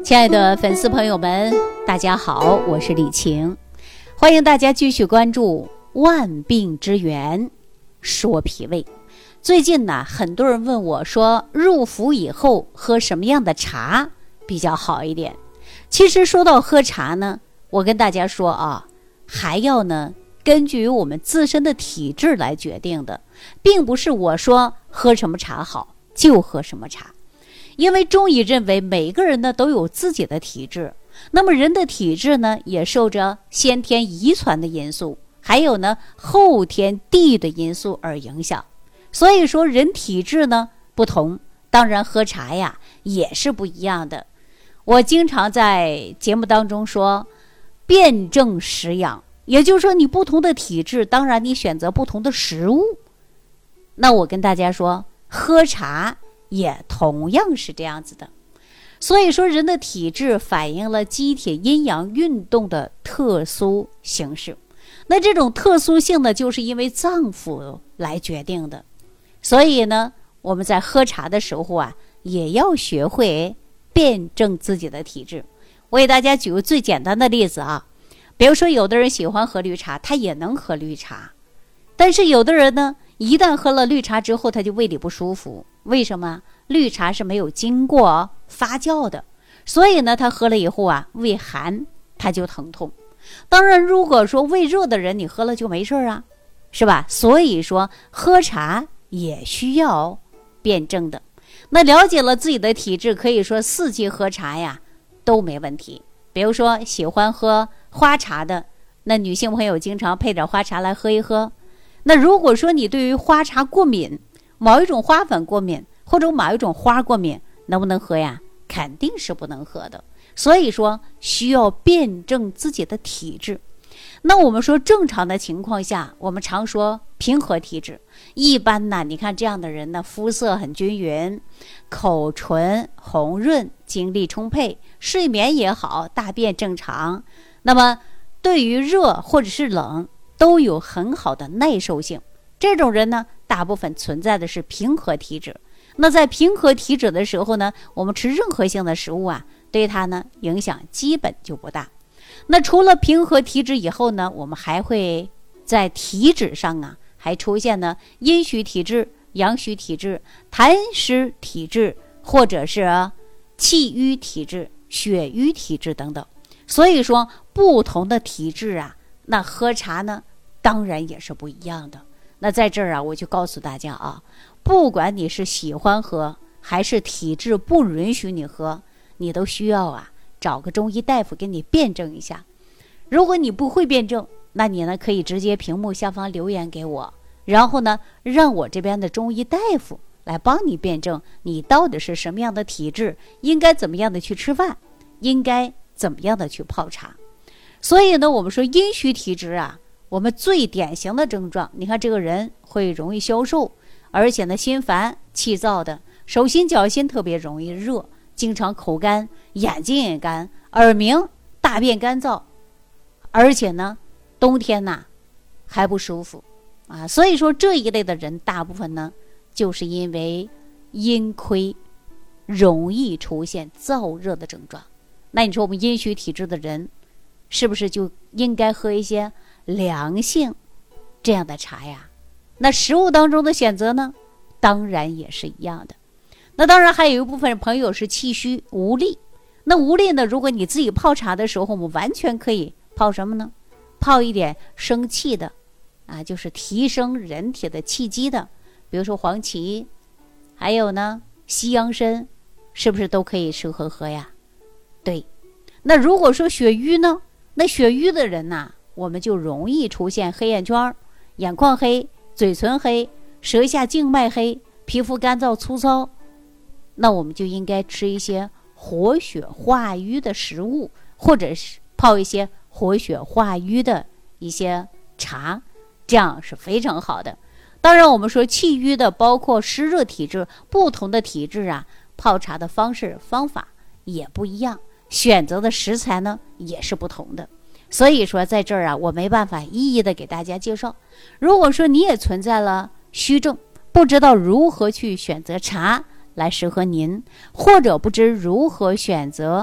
亲爱的粉丝朋友们，大家好，我是李晴，欢迎大家继续关注万病之源说脾胃。最近呢，很多人问我说，入伏以后喝什么样的茶比较好一点？其实说到喝茶呢，我跟大家说啊，还要呢根据我们自身的体质来决定的，并不是我说喝什么茶好就喝什么茶。因为中医认为每个人呢都有自己的体质，那么人的体质呢也受着先天遗传的因素，还有呢后天地域的因素而影响。所以说人体质呢不同，当然喝茶呀也是不一样的。我经常在节目当中说辨证识养，也就是说你不同的体质，当然你选择不同的食物。那我跟大家说，喝茶也同样是这样子的。所以说人的体质反映了机体阴阳运动的特殊形式，那这种特殊性呢就是因为脏腑来决定的。所以呢我们在喝茶的时候啊，也要学会辨证自己的体质。我给大家举个最简单的例子啊，比如说有的人喜欢喝绿茶，他也能喝绿茶，但是有的人呢一旦喝了绿茶之后他就胃里不舒服。为什么？绿茶是没有经过发酵的，所以呢他喝了以后啊，胃寒他就疼痛。当然如果说胃热的人，你喝了就没事啊，是吧？所以说喝茶也需要辨证的。那了解了自己的体质，可以说四季喝茶呀都没问题。比如说喜欢喝花茶的，那女性朋友经常配点花茶来喝一喝。那如果说你对于花茶过敏，某一种花粉过敏，或者某一种花过敏，能不能喝呀？肯定是不能喝的。所以说需要辨证自己的体质。那我们说正常的情况下，我们常说平和体质，一般呢你看这样的人呢，肤色很均匀，口唇红润，精力充沛，睡眠也好，大便正常，那么对于热或者是冷都有很好的耐受性。这种人呢大部分存在的是平和体质。那在平和体质的时候呢，我们吃任何性的食物啊，对它呢影响基本就不大。那除了平和体质以后呢，我们还会在体质上啊还出现呢阴虚体质、阳虚体质、痰湿体质，或者是气瘀体质、血瘀体质等等。所以说不同的体质啊，那喝茶呢当然也是不一样的。那在这儿啊，我就告诉大家啊，不管你是喜欢喝还是体质不允许你喝，你都需要啊找个中医大夫给你辩证一下。如果你不会辩证，那你呢可以直接屏幕下方留言给我，然后呢让我这边的中医大夫来帮你辩证你到底是什么样的体质，应该怎么样的去吃饭，应该怎么样的去泡茶。所以呢我们说阴虚体质啊，我们最典型的症状，你看这个人会容易消瘦，而且呢心烦气躁的，手心脚心特别容易热，经常口干，眼睛也干，耳鸣，大便干燥，而且呢冬天呢还不舒服啊。所以说这一类的人大部分呢就是因为阴亏容易出现燥热的症状。那你说我们阴虚体质的人是不是就应该喝一些凉性这样的茶呀？那食物当中的选择呢当然也是一样的。那当然还有一部分朋友是气虚无力，那无力呢，如果你自己泡茶的时候，我们完全可以泡什么呢？泡一点生气的啊，就是提升人体的气机的，比如说黄芪，还有呢西洋参，是不是都可以适合喝呀？对。那如果说血瘀呢，那血瘀的人呢，我们就容易出现黑眼圈、眼眶黑、嘴唇黑、舌下静脉黑、皮肤干燥粗糙，那我们就应该吃一些活血化瘀的食物，或者是泡一些活血化瘀的一些茶，这样是非常好的。当然我们说气郁的包括湿热体质，不同的体质啊，泡茶的方式方法也不一样，选择的食材呢也是不同的。所以说在这儿啊，我没办法一一的给大家介绍。如果说你也存在了虚症，不知道如何去选择茶来适合您，或者不知如何选择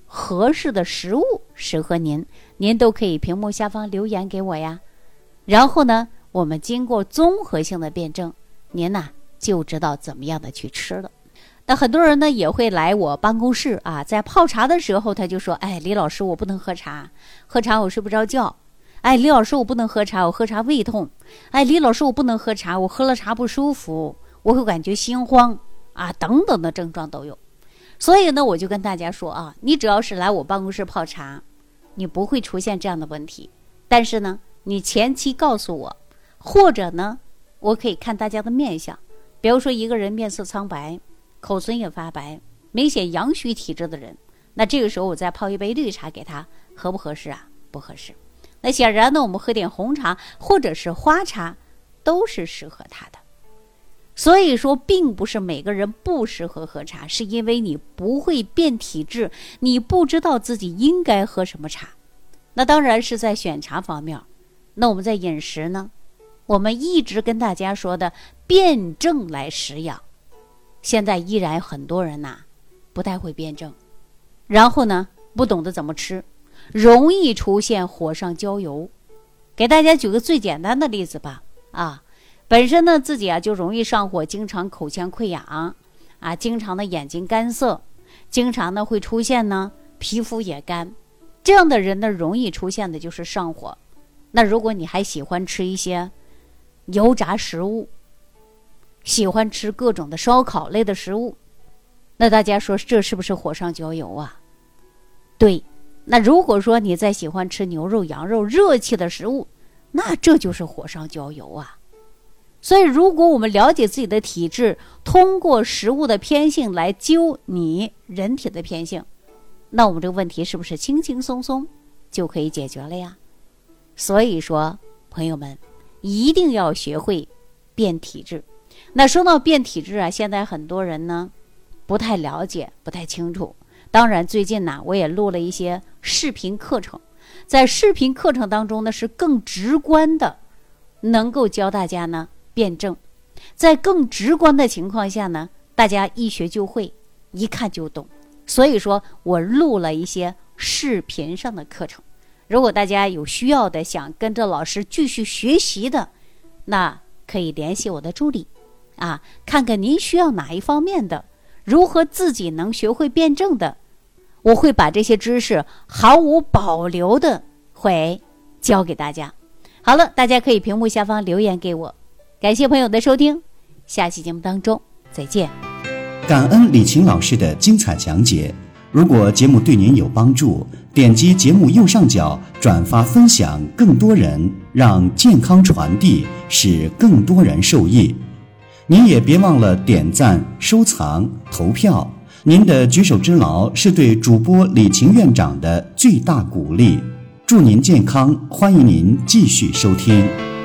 合适的食物适合您，您都可以屏幕下方留言给我呀。然后呢，我们经过综合性的辩证，您呢就知道怎么样的去吃了。那很多人呢也会来我办公室啊，在泡茶的时候他就说，哎，李老师我不能喝茶，喝茶我睡不着觉。哎，李老师我不能喝茶，我喝茶胃痛。哎，李老师我不能喝茶，我喝了茶不舒服，我会感觉心慌啊，等等的症状都有。所以呢，我就跟大家说啊，你只要是来我办公室泡茶，你不会出现这样的问题。但是呢，你前期告诉我，或者呢，我可以看大家的面相，比如说一个人面色苍白，口唇也发白，明显阳虚体质的人，那这个时候我再泡一杯绿茶给他，合不合适啊？不合适。那显然呢，我们喝点红茶或者是花茶都是适合他的。所以说并不是每个人不适合喝茶，是因为你不会辨体质，你不知道自己应该喝什么茶。那当然是在选茶方面。那我们在饮食呢，我们一直跟大家说的辩证来食养，现在依然很多人不太会辩证，然后呢不懂得怎么吃，容易出现火上浇油。给大家举个最简单的例子吧，本身呢自己就容易上火，经常口腔溃疡经常的眼睛干涩，经常呢会出现呢皮肤也干，这样的人呢容易出现的就是上火。那如果你还喜欢吃一些油炸食物，喜欢吃各种的烧烤类的食物，那大家说这是不是火上浇油啊？对。那如果说你再喜欢吃牛肉、羊肉热气的食物，那这就是火上浇油啊。所以如果我们了解自己的体质，通过食物的偏性来揪你人体的偏性，那我们这个问题是不是轻轻松松就可以解决了呀？所以说朋友们一定要学会辨体质。那说到辨体质现在很多人呢不太了解，不太清楚。当然最近我也录了一些视频课程，在视频课程当中呢是更直观的能够教大家呢辩证，在更直观的情况下呢，大家一学就会，一看就懂。所以说我录了一些视频上的课程，如果大家有需要的，想跟着老师继续学习的，那可以联系我的助理看看您需要哪一方面的，如何自己能学会辩证的，我会把这些知识毫无保留的会教给大家。好了，大家可以屏幕下方留言给我。感谢朋友的收听，下期节目当中再见。 感恩李晴老师的精彩讲解。如果节目对您有帮助，点击节目右上角转发分享，更多人，让健康传递，使更多人受益。您也别忘了点赞、收藏、投票，您的举手之劳是对主播李晴院长的最大鼓励。祝您健康，欢迎您继续收听。